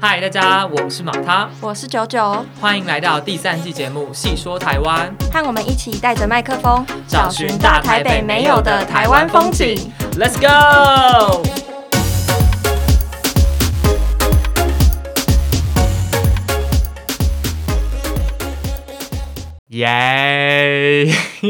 嗨，大家，我是马他， 我是九九， 欢迎来到第3季节目《细说台湾》， 和我们一起带着麦克风， 找寻大台北没有的台湾风景。Let's go！ 耶！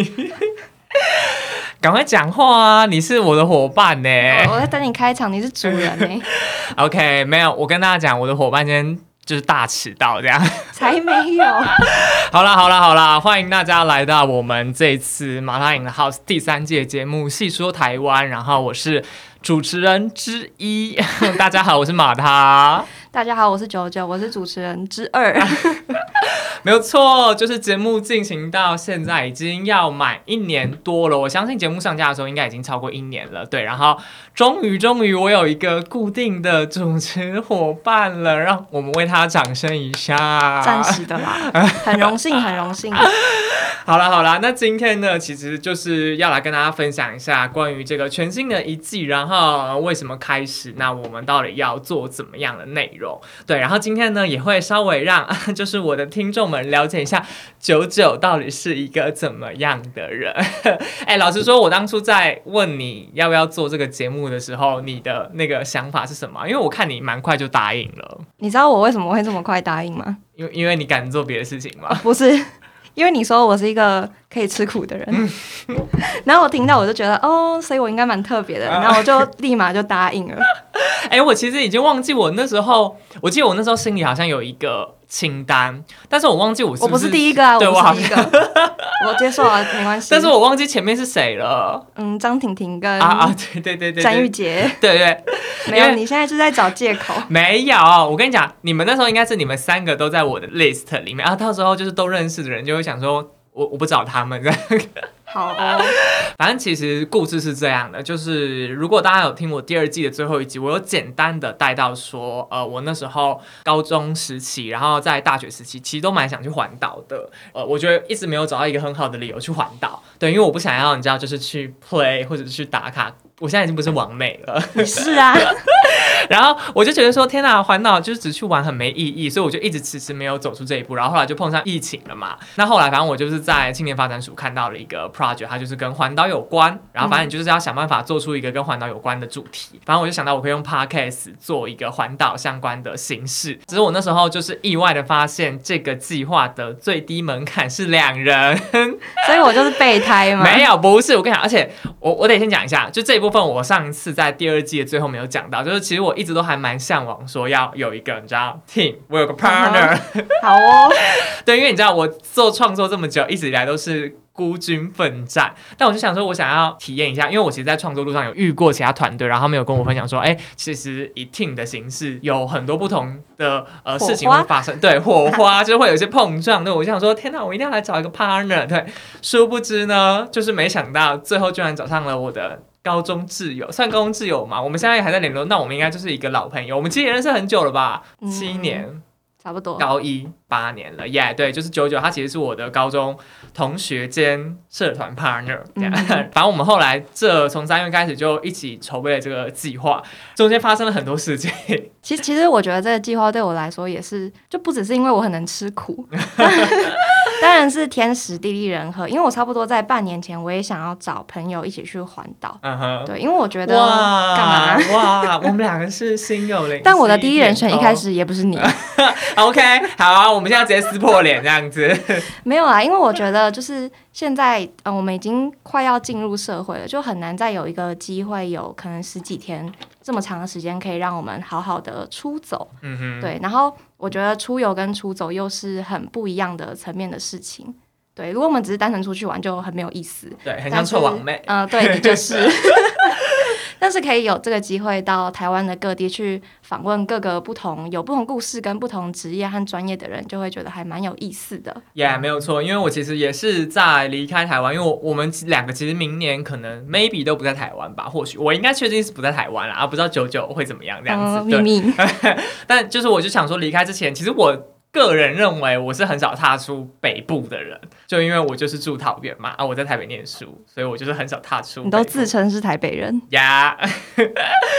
赶快讲话啊！你是我的伙伴呢。 我在等你开场，你是主人呢。 OK， 没有，我跟大家讲，我的伙伴今天就是大迟到这样。 才没有。 好啦，欢迎大家来到我们这一次马他 in the house 第3季的节目《细说台湾》，然后我是主持人之一。大家好，我是马他。 大家好，我是九九，我是主持人之2。 没有错，就是节目进行到现在已经要满1年多了，我相信节目上架的时候应该已经超过1年了，对。然后终于我有一个固定的主持伙伴了，让我们为他掌声一下。 暂时的啦，很荣幸。 好啦，那今天呢，其实就是要来跟大家分享一下关于这个全新的一季，然后为什么开始，那我们到底要做怎么样的内容，对。然后今天呢，也会稍微让就是我的听众们了解一下九九到底是一个怎么样的人。老实说，我当初在问你要不要做这个节目的时候，你的那个想法是什么？因为我看你蛮快就答应了。 你知道我为什么会这么快答应吗？ 因为你敢做别的事情吗？ 不是。因为你说我是一个可以吃苦的人，然后我听到我就觉得所以我应该蛮特别的，然后我就立马就答应了。 我其实已经忘记我那时候，我记得我那时候心里好像有一个清单，但是我忘记我是不是第一个啊， 对， 我不是第一个，我接受了，没关系。 但是我忘记前面是谁了。 张婷婷跟对， 詹玉洁， 对， 没有，你现在是在找借口。 没有，我跟你讲，你们那时候应该是你们3个都在我的 list 里面，到时候就是都认识的人就会想说，我不找他们这样。 好反正其实故事是这样的，就是如果大家有听我第2季的最后一集，我有简单的带到说，我那时候高中时期，然后在大学时期，其实都蛮想去环岛的。我觉得一直没有找到一个很好的理由去环岛，对，因为我不想要你知道，就是去 play 或者是去打卡。我现在已经不是网美了， 你是啊。 然后我就觉得说，天哪，环岛就是只去玩很没意义，所以我就一直迟迟没有走出这一步。然后后来就碰上疫情了嘛。那后来反正我就是在青年发展署看到了一个 project， 它就是跟环岛有关。然后反正你就是要想办法做出一个跟环岛有关的主题。反正我就想到我可以用 podcast 做一个环岛相关的形式。只是我那时候就是意外的发现，这个计划的最低门槛是2人， 所以我就是备胎嘛。 没有，不是，我跟你讲，而且我得先讲一下，就这一部分我上一次在第2季的最后没有讲到，就是其实我一直都还蛮向往说要有一个你知道 team， 我有个 partner。 好哦。 对，因为你知道我做创作这么久，一直以来都是孤军奋战，但我就想说，我想要体验一下，因为我其实，在创作路上有遇过其他团队，然后他们有跟我分享说，其实以 team 的形式有很多不同的事情会发生，对，火花就会有一些碰撞。对，我就想说，天哪，我一定要来找一个 partner。对，殊不知呢，就是没想到最后居然找上了我的高中挚友，算高中挚友嘛？我们现在还在联络，那我们应该就是一个老朋友。我们其实也认识很久了吧？7年。 差不多高1 8年了，对，就是九九，他其实是我的高中同学兼社团 partner。反正我们后来从3月开始就一起筹备了这个计划，中间发生了很多事情。 其实我觉得这个计划对我来说也是，就不只是因为我很能吃苦，当然是天时地利人和。因为我差不多在半年前，我也想要找朋友一起去环岛。对，因为我觉得干嘛？ 哇，我们2个是心有灵犀。 但我的第一人选一开始也不是你。 OK， 好啊，我们现在直接撕破脸这样子。 没有啦，因为我觉得就是现在我们已经快要进入社会了，就很难再有一个机会，有可能10几天这么长的时间可以让我们好好的出走。对，然后我觉得出游跟出走又是很不一样的层面的事情。对，如果我们只是单纯出去玩就很没有意思。 对，很像臭网妹。 对，你就是。但是可以有这个机会到台湾的各地去访问各个有不同故事跟不同职业和专业的人，就会觉得还蛮有意思的。 没有错，因为我其实也是在离开台湾，因为我们2个其实明年可能 maybe 都不在台湾吧，或许我应该确定是不在台湾啦，不知道九九会怎么样这样子。 秘密。 但就是我就想说，离开之前，其实我个人认为我是很少踏出北部的人，就因为我就是住桃园嘛，我在台北念书，所以我就是很少踏出北部。 你都自称是台北人呀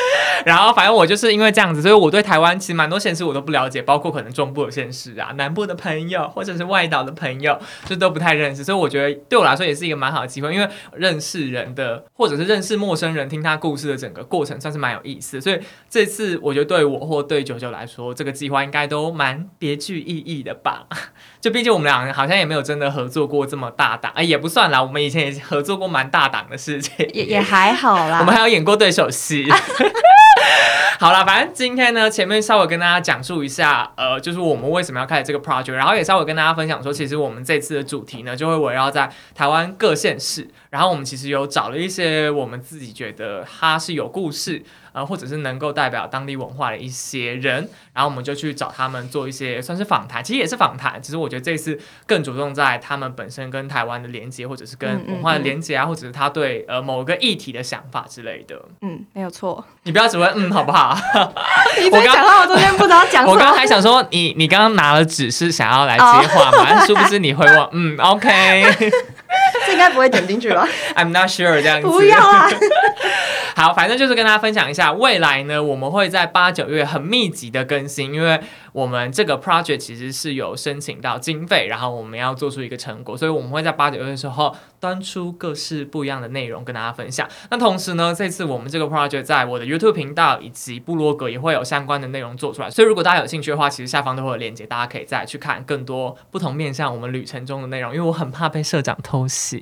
然后反正我就是因为这样子，所以我对台湾其实蛮多县市我都不了解，包括可能中部的县市啊、南部的朋友或者是外岛的朋友，就都不太认识。所以我觉得对我来说也是一个蛮好的机会，因为认识人的或者是认识陌生人，听他故事的整个过程算是蛮有意思的。所以这次我觉得对我或对九九来说，这个计划应该都蛮别具意义的吧。就毕竟我们两个人好像也没有真的合作过这么大档，也不算啦，我们以前也合作过蛮大档的事情， 也还好啦。 我们还有演过对手戏。好啦，反正今天呢，前面稍微跟大家讲述一下，就是我们为什么要开始这个 project， 然后也稍微跟大家分享说，其实我们这次的主题呢，就会围绕在台湾各县市，然后我们其实有找了一些我们自己觉得它是有故事，或者是能够代表当地文化的一些人，然后我们就去找他们做一些算是访谈，其实也是访谈，只是我觉得这次更着重在他们本身跟台湾的连接，或者是跟文化的连接啊，或者是他对某个议题的想法之类的。 没有错。 你不要只问好不好？ 你在讲话，我中间不知道讲什么。 我刚刚还想说，你刚刚拿了纸是想要来接话吗？殊不知你会忘。OK。 这应该不会点进去吧 ？I'm not sure 这样子。 不要啊。 好，反正就是跟大家分享一下，未来呢，我们会在8、9月很密集的更新，因为我们这个 project 其实是有申请到经费，然后我们要做出一个成果，所以我们会在8、9月的时候端出各式不一样的内容跟大家分享。那同时呢，这次我们这个 project 在我的 YouTube 频道以及部落格也会有相关的内容做出来，所以如果大家有兴趣的话，其实下方都会有链接，大家可以再去看更多不同面向我们旅程中的内容，因为我很怕被社长偷袭。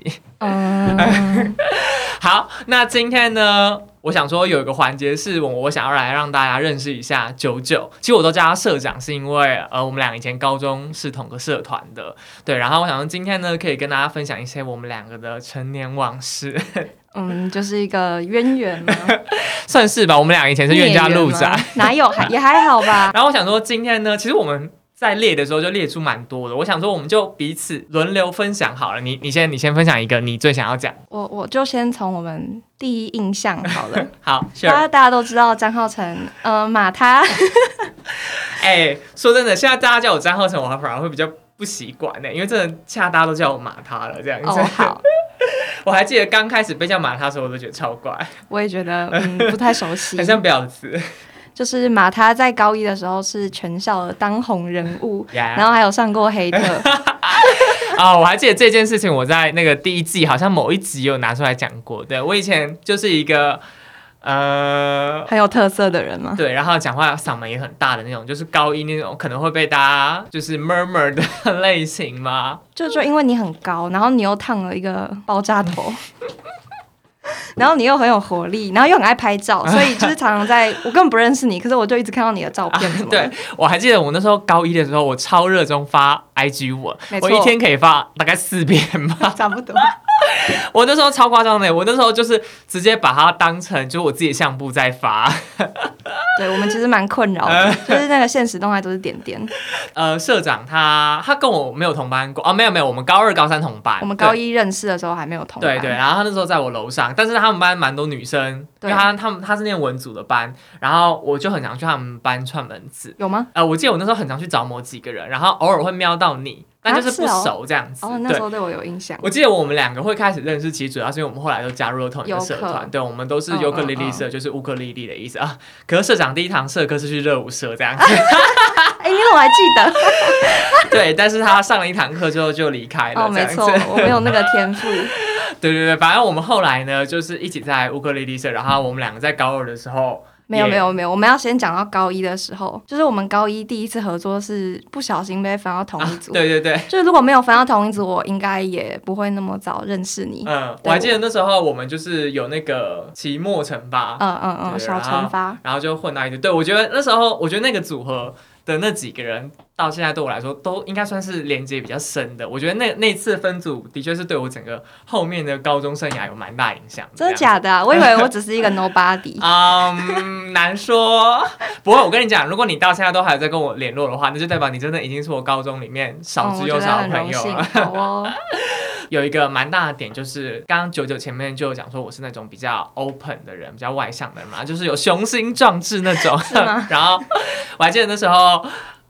好，那今天呢，我想说有一个环节是我想要来让大家认识一下九九。其实我都叫他社长，是因为我们俩以前高中是同个社团的，对。然后我想说今天呢，可以跟大家分享一些我们两个的陈年往事。 就是一个渊源吗？ 算是吧，我们俩以前是冤家路窄， 哪有也还好吧。 然后我想说今天呢，其实我们在列的时候就列出蛮多的，我想说我们就彼此轮流分享好了。你先分享一个你最想要讲。 我就先从我们第一印象好了。 好， sure。 大家都知道张浩成，马他。 说真的，现在大家叫我张浩成，我反而会比较不习惯呢，因为真的现在大家都叫我马他了这样子。 好。 我还记得刚开始被叫马他的时候，我都觉得超怪。 我也觉得不太熟悉， 很像婊子。 就是马他在高一的时候是全校的当红人物， yeah。 然后还有上过黑特。 我还记得这件事情，我在那个第1季好像某一集有拿出来讲过。对，我以前就是一个很有特色的人嘛。 对，然后讲话嗓门也很大的那种，就是高一那种可能会被大家就是 murmur 的类型嘛。 就因为你很高，然后你又烫了一个爆炸头。然后你又很有活力，然后又很爱拍照，所以就是常常我根本不认识你，可是我就一直看到你的照片什么的。 对，我还记得我那时候高一的时候，我超热衷发 IG 文，我一天可以发大概4篇吧， 差不多。 我那时候超夸张的，我那时候就是直接把它当成就是我自己的相簿在发。 对，我们其实蛮困扰的，就是那个现实动态都是点点。 社长他跟我没有同班过没有，我们高2、高3同班。 我们高一认识的时候还没有同班。 对，然后他那时候在我楼上，但是他们班蛮多女生，因为他是念文组的班，然后我就很常去他们班串门子。 有吗？ 我记得我那时候很常去找某几个人，然后偶尔会瞄到你。但就是不熟这样子。 那时候对我有印象。 我记得我们两个会开始认识，其实主要是因为我们后来都加入了同一个社团，对，我们都是尤克里里社，就是乌克丽丽的意思啊。可是社长第一堂社课是去热舞社这样子。 你怎么还记得？ 对，但是他上了一堂课之后就离开了。 没错，我没有那个天赋。 对，反正我们后来呢，就是一起在乌克丽丽社，然后我们两个在高2的时候。 没有，我们要先讲到高一的时候，就是我们高一第一次合作是不小心被分到同一组。 对， 就是如果没有分到同一组，我应该也不会那么早认识你。 我还记得那时候我们就是有那个期末惩罚， 小惩罚， 然后就混到一起。对，我觉得那时候，我觉得那个组合的那几个人到现在对我来说都应该算是连接比较深的。我觉得那次分组的确是对我整个后面的高中生涯有蛮大影响。 真的假的啊？我以为我只是一个 nobody。 难说。不过我跟你讲，如果你到现在都还在跟我联络的话，那就代表你真的已经是我高中里面少之又少的朋友了。 好哦。 有一个蛮大的点就是刚刚99前面就有讲说我是那种比较 open 的人，比较外向的人嘛，就是有雄心壮志那种。 是吗？ 然后我还记得那时候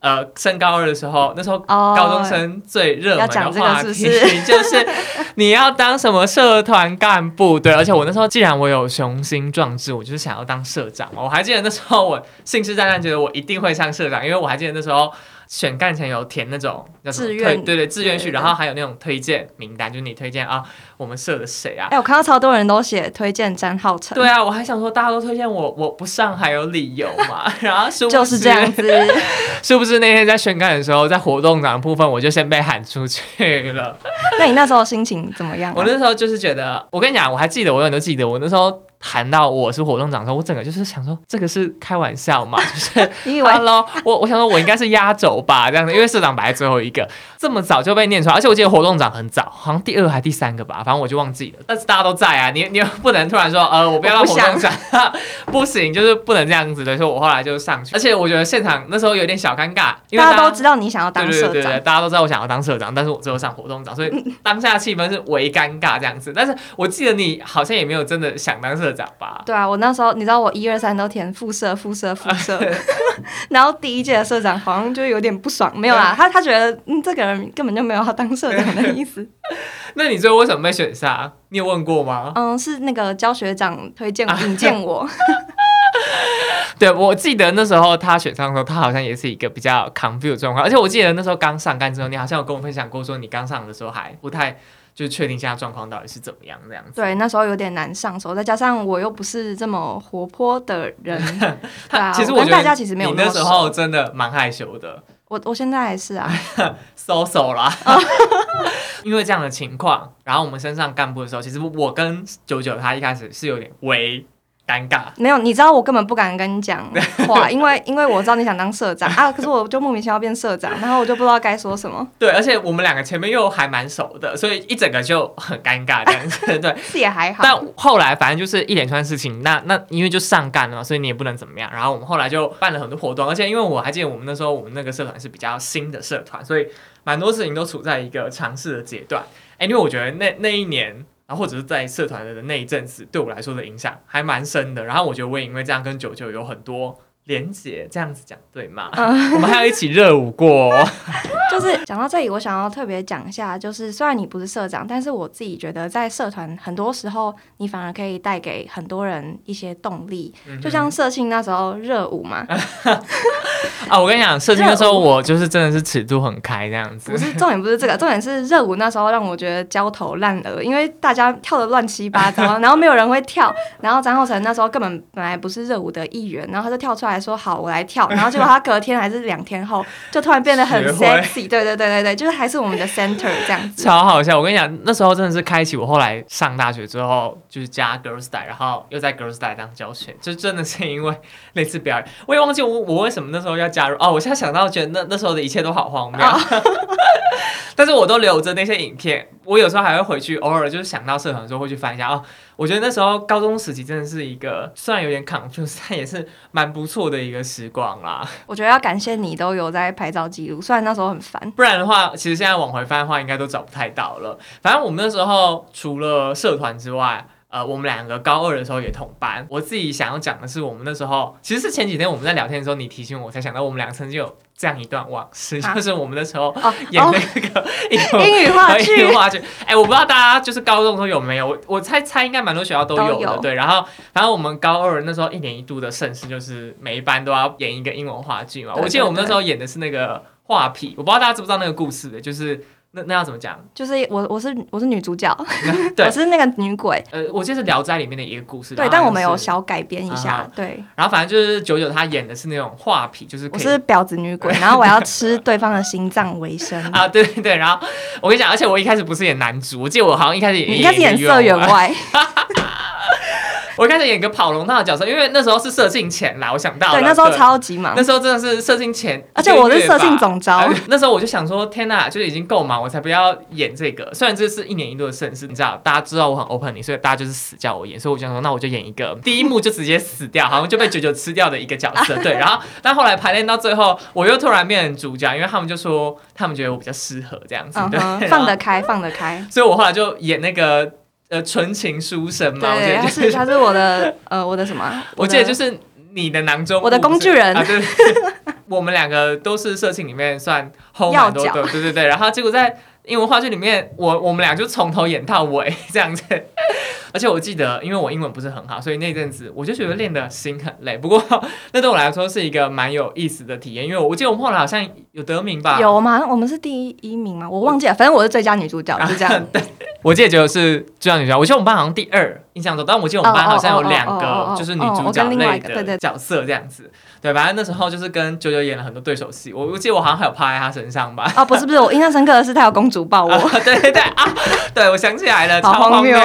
升高二的时候，那时候高中生最热门的话题就是你要当什么社团干部。对，而且我那时候既然我有雄心壮志，我就是想要当社长嘛。我还记得那时候我信誓旦旦觉得我一定会上社长，因为我还记得那时候选干前有填那种志愿， 对志愿序，然后还有那种推荐名单，就是你推荐我们社的谁啊？ 我看到超多人都写推荐詹浩成。 对啊，我还想说大家都推荐我不上还有理由嘛？然后就是这样子。 是不是那天在宣干的时候，在活动长的部分我就先被喊出去了？ 那你那时候心情怎么样啊？ 我那时候就是觉得，我跟你讲，我还记得，我永远都记得，我那时候谈到我是活动长的时候，我整个就是想说，这个是开玩笑嘛？就是你以为 Hello， 我想说我应该是压轴吧，这样子，因为社长摆在最后一个，这么早就被念出来，而且我记得活动长很早，好像第2还第3个吧，反正我就忘记了。但是大家都在啊，你不能突然说我不要当活动长，不行，就是不能这样子的。所以我后来就上去，而且我觉得现场那时候有点小尴尬，因为大家都知道你想要当社长， 对，大家都知道我想要当社长，但是我最后上活动长，所以当下气氛是微尴尬这样子。但是我记得你好像也没有真的想当社长吧？ 对啊，我那时候你知道我1、2、3都填副社，然后第1届的社长好像就有点不爽，没有啦，他觉得这个人根本就没有要当社长的意思。 那你最后为什么被选上？你有问过吗？ 是那个教学长推荐引荐我。 对，我记得那时候他选上的时候，他好像也是一个比较 confused 的状况，而且我记得那时候刚上干之后，你好像有跟我分享过，说你刚上的时候还不太就是确定现在状况到底是怎么样这样子。 对，那时候有点难上手，再加上我又不是这么活泼的人。对啊， 其实我觉得跟大家其实没有你那时候真的蛮害羞的。 我现在还是啊 ，so 啦。因为这样的情况，然后我们升上干部的时候，其实我跟99他一开始是有点微尴尬。 没有，你知道我根本不敢跟你讲话，因为我知道你想当社长啊，可是我就莫名其妙变社长，然后我就不知道该说什么。 对，而且我们两个前面又还蛮熟的，所以一整个就很尴尬这样子。对， 是也还好。 但后来反正就是一连串事情，那因为就上干了嘛，所以你也不能怎么样。然后我们后来就办了很多活动，而且因为我还记得我们那时候我们那个社团是比较新的社团，所以蛮多事情都处在一个尝试的阶段。因为我觉得那一年。然后或者是在社团的那一阵子，对我来说的影响还蛮深的。然后我觉得我也因为这样跟99有很多连结，这样子讲对吗？我们还有一起热舞过。 就是讲到这里，我想要特别讲一下，就是虽然你不是社长，但是我自己觉得在社团很多时候，你反而可以带给很多人一些动力。就像社庆那时候热舞嘛。 我跟你讲，社庆那时候我就是真的是尺度很开这样子。 不是重点，不是这个，重点是热舞那时候让我觉得焦头烂额，因为大家跳得乱七八糟，然后没有人会跳，然后张浩成那时候本来不是热舞的一员，然后他就跳出来说好我来跳，然后结果他隔天还是2天后就突然变得很 sexy， 对，就是还是我们的 center 这样子， 超好笑。我跟你讲，那时候真的是开启我后来上大学之后就是加 girls style， 然后又在 girls style 当教学，就真的是因为那次表演，我也忘记我为什么那时候要加入我现在想到觉得那时候的一切都好荒谬。但是我都留着那些影片，我有时候还会回去，偶尔就是想到社团的时候会去翻一下。我觉得那时候高中时期真的是一个虽然有点 confused， 但也是蛮不错的一个时光啦。 我觉得要感谢你都有在拍照记录，虽然那时候很烦， 不然的话，其实现在往回翻的话，应该都找不太到了。反正我们那时候除了社团之外，我们两个高2的时候也同班。我自己想要讲的是，我们那时候其实是前几天我们在聊天的时候，你提醒我才想到，我们俩曾经有这样一段往事，就是我们那时候演那个英语话剧。 我不知道大家就是高中的时候有没有，我猜应该蛮多学校都有的。对，然后反正我们高2那时候1年1度的盛事，就是每一班都要演一个英文话剧嘛。我记得我们那时候演的是那个画皮，我不知道大家知不知道那个故事的，就是。那要怎么讲？ 就是我是女主角，我是那个女鬼。 我记得是《聊斋》里面的一个故事。 对，但我们有小改编一下。对。 然后反正就是99他演的是那种画皮，就是我是婊子女鬼，然后我要吃对方的心脏为生。 对。然后我跟你讲，而且我一开始不是演男主，我记得我好像一开始演社员外。 我一开始演个跑龙套的角色，因为那时候是社庆前啦，我想到了。 对，那时候超级忙。 那时候真的是社庆前， 而且我是社庆总召。 那时候我就想说，天哪，就是已经够忙，我才不要演这个。虽然这是1年1度的盛事，你知道，大家知道我很 open， 所以大家就是死叫我演，所以我就想说，那我就演一个第一幕就直接死掉，好像就被99吃掉的一个角色。对，然后但后来排练到最后，我又突然变成主角，因为他们就说他们觉得我比较适合这样子，对， 放得开。所以我后来就演那个。纯情书生嘛， 对， 我记得他是我的什么？ 我记得就是你的囊中物， 我的工具人。 对。 我们两个都是社庆里面算 hold 蛮多的，对对对，然后结果在英文话剧里面，我们俩就从头演到尾这样子。而且我记得，因为我英文不是很好，所以那阵子我就觉得练的心很累。不过那对我来说是一个蛮有意思的体验，因为我记得我们后来好像有得名吧？ 有吗？我们是第一名吗？我忘记了，反正我是最佳女主角，就这样。 对，我记得就是最佳女主角。我记得我们班好像第2，印象中，但我记得我们班好像有2个就是女主角类的角色这样子。对，反正那时候就是跟九九演了很多对手戏。我记得我好像还有趴在她身上吧？ 不是，我印象深刻的是她有公主抱我。 对对对啊，对我想起来了， 好荒谬。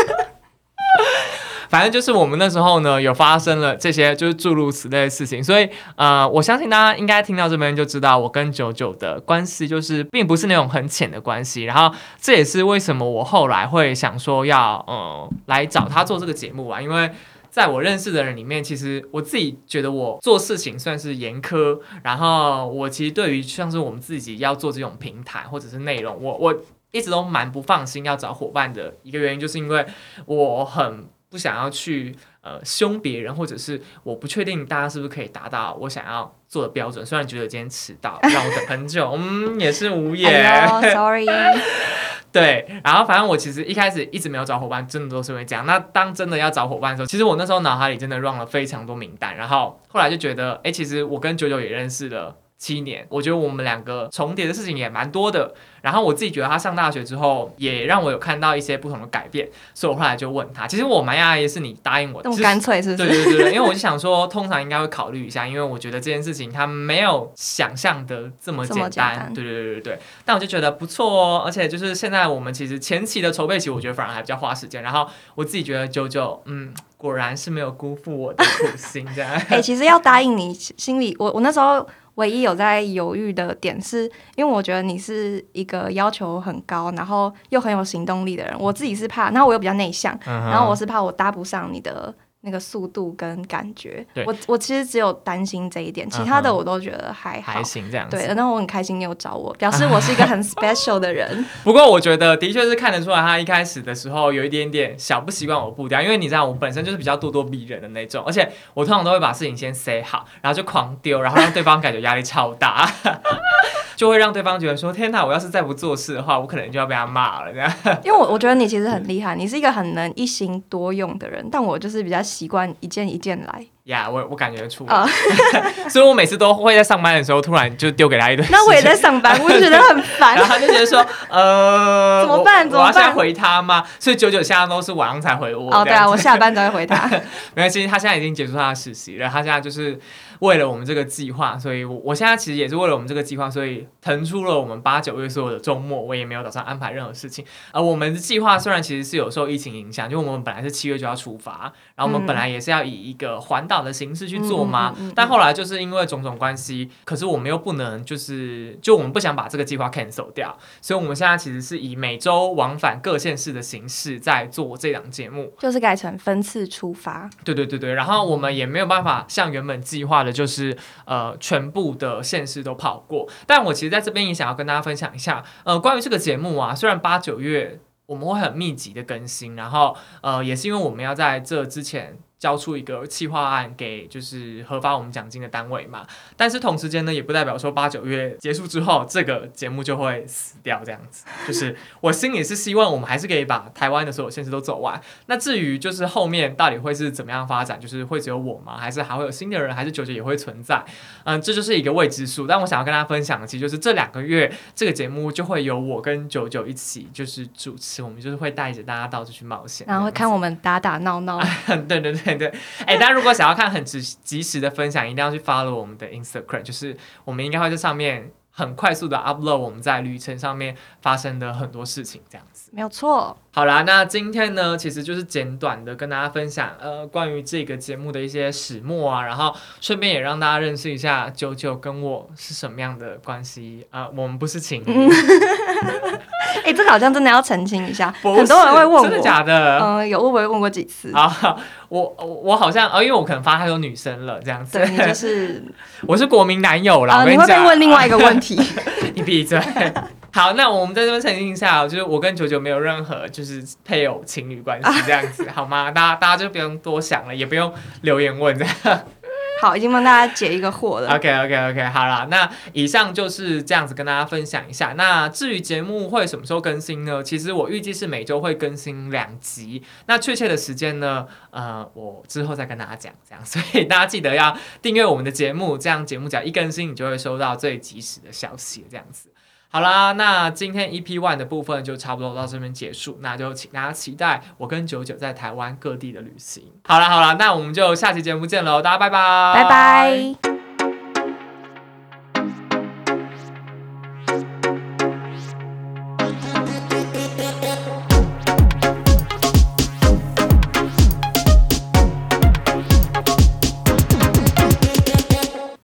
反正就是我们那时候呢，有发生了这些就是诸如此类的事情，所以我相信大家应该听到这边就知道我跟九九的关系就是并不是那种很浅的关系，然后这也是为什么我后来会想说要来找他做这个节目啊，因为在我认识的人里面，其实我自己觉得我做事情算是严苛，然后我其实对于像是我们自己要做这种平台或者是内容，我一直都蛮不放心要找伙伴的一个原因，就是因为我很不想要去凶别人，或者是我不确定大家是不是可以达到我想要做的标准。虽然觉得今天迟到让我等很久，也是无言。 Sorry。 对，然后反正我其实一开始一直没有找伙伴，真的都是因为这样。那当真的要找伙伴的时候，其实我那时候脑海里真的 run 了非常多名单，然后后来就觉得，其实我跟九九也认识了7年，我觉得我们两个重叠的事情也蛮多的。然后我自己觉得他上大学之后，也让我有看到一些不同的改变，所以我后来就问他。其实我蛮讶异的是你答应我， 这么干脆是不是？ 对对对，因为我就想说，通常应该会考虑一下，因为我觉得这件事情它没有想象的这么简单。对对对对对。但我就觉得不错哦，而且就是现在我们其实前期的筹备期，我觉得反而还比较花时间。然后我自己觉得九九，果然是没有辜负我的苦心，这样。 其实要答应你，心里我那时候唯一有在犹豫的点是，因为我觉得你是一个要求很高，然后又很有行动力的人。我自己是怕，然后我又比较内向，然后我是怕我搭不上你的那个速度跟感觉。我其实只有担心这一点，其他的我都觉得还好， 还行这样子。 对，然后我很开心你有找我，表示我是一个很 special 的人。 不过我觉得的确是看得出来，他一开始的时候有一点点小不习惯我步调，因为你知道我本身就是比较咄咄逼人的那种，而且我通常都会把事情先 say 好，然后就狂丢，然后让对方感觉压力超大。就会让对方觉得说天哪，我要是再不做事的话，我可能就要被他骂了这样。 因为我觉得你其实很厉害，你是一个很能一心多用的人，但我就是比较习惯一件一件来。 我感觉出来，所以我每次都会在上班的时候突然就丢给他一堆事情。 那我也在上班，我就觉得很烦。 然后他就觉得说， 怎么办？ 我要现在回他吗？所以99现在都是晚上才回我。 对啊，我下班才会回他。 没关系，他现在已经结束他的实习了，他现在就是为了我们这个计划，所以我现在其实也是为了我们这个计划，所以腾出了我们8、9月所有的周末，我也没有打算安排任何事情。我们的计划虽然其实是有受疫情影响，就我们本来是7月就要出发，然后我们本来也是要以一个环岛的形式去做嘛，但后来就是因为种种关系，可是我们又不能就我们不想把这个计划 cancel 掉，所以我们现在其实是以每周往返各县市的形式在做这档节目， 就是改成分次出发。 对对对对，然后我们也没有办法像原本计划的，就是全部的县市都跑过。但我其实在这边也想要跟大家分享一下，关于这个节目啊，虽然8、9月我们会很密集的更新，然后也是因为我们要在这之前交出一个企划案给就是核发我们奖金的单位嘛，但是同时间呢，也不代表说8、9月结束之后这个节目就会死掉这样子。就是我心里是希望我们还是可以把台湾的所有县市都走完。那至于就是后面到底会是怎么样发展，就是会只有我吗？还是还会有新的人？还是99也会存在？这就是一个未知数。但我想要跟大家分享的，其实就是这2个月这个节目就会由我跟99一起就是主持，我们就是会带着大家到处去冒险， 然后会看我们打打闹闹。 对对对。对，大家如果想要看很及时的分享，一定要去 follow 我们的 Instagram， 就是我们应该会在上面很快速的 upload 我们在旅程上面发生的很多事情，这样子。 没有错。 好啦，那今天呢，其实就是简短的跟大家分享关于这个节目的一些始末啊，然后顺便也让大家认识一下99跟我是什么样的关系我们不是情侣。 这个好像真的要澄清一下，很多人会问我， 真的假的？ 有问过几次啊？我好像因为我可能发太多女生了这样子。 对，你就是我是国民男友啦。 你会被问另外一个问题。 你闭嘴。好，那我们在这边澄清一下，就是我跟99没有任何就是配偶情侣关系这样子，好吗？大家就不用多想了，也不用留言问这样。 好，已经帮大家解一个惑了。 OK， 好啦，那以上就是这样子跟大家分享一下。那至于节目会什么时候更新呢？其实我预计是每周会更新2集。那确切的时间呢？我之后再跟大家讲，这样。所以大家记得要订阅我们的节目，这样节目只要一更新，你就会收到最及时的消息，这样子。好啦，那今天 EP1 的部分就差不多到这边结束，那就请大家期待我跟99在台湾各地的旅行。好啦，那我们就下期节目见喽，大家拜拜， 拜拜。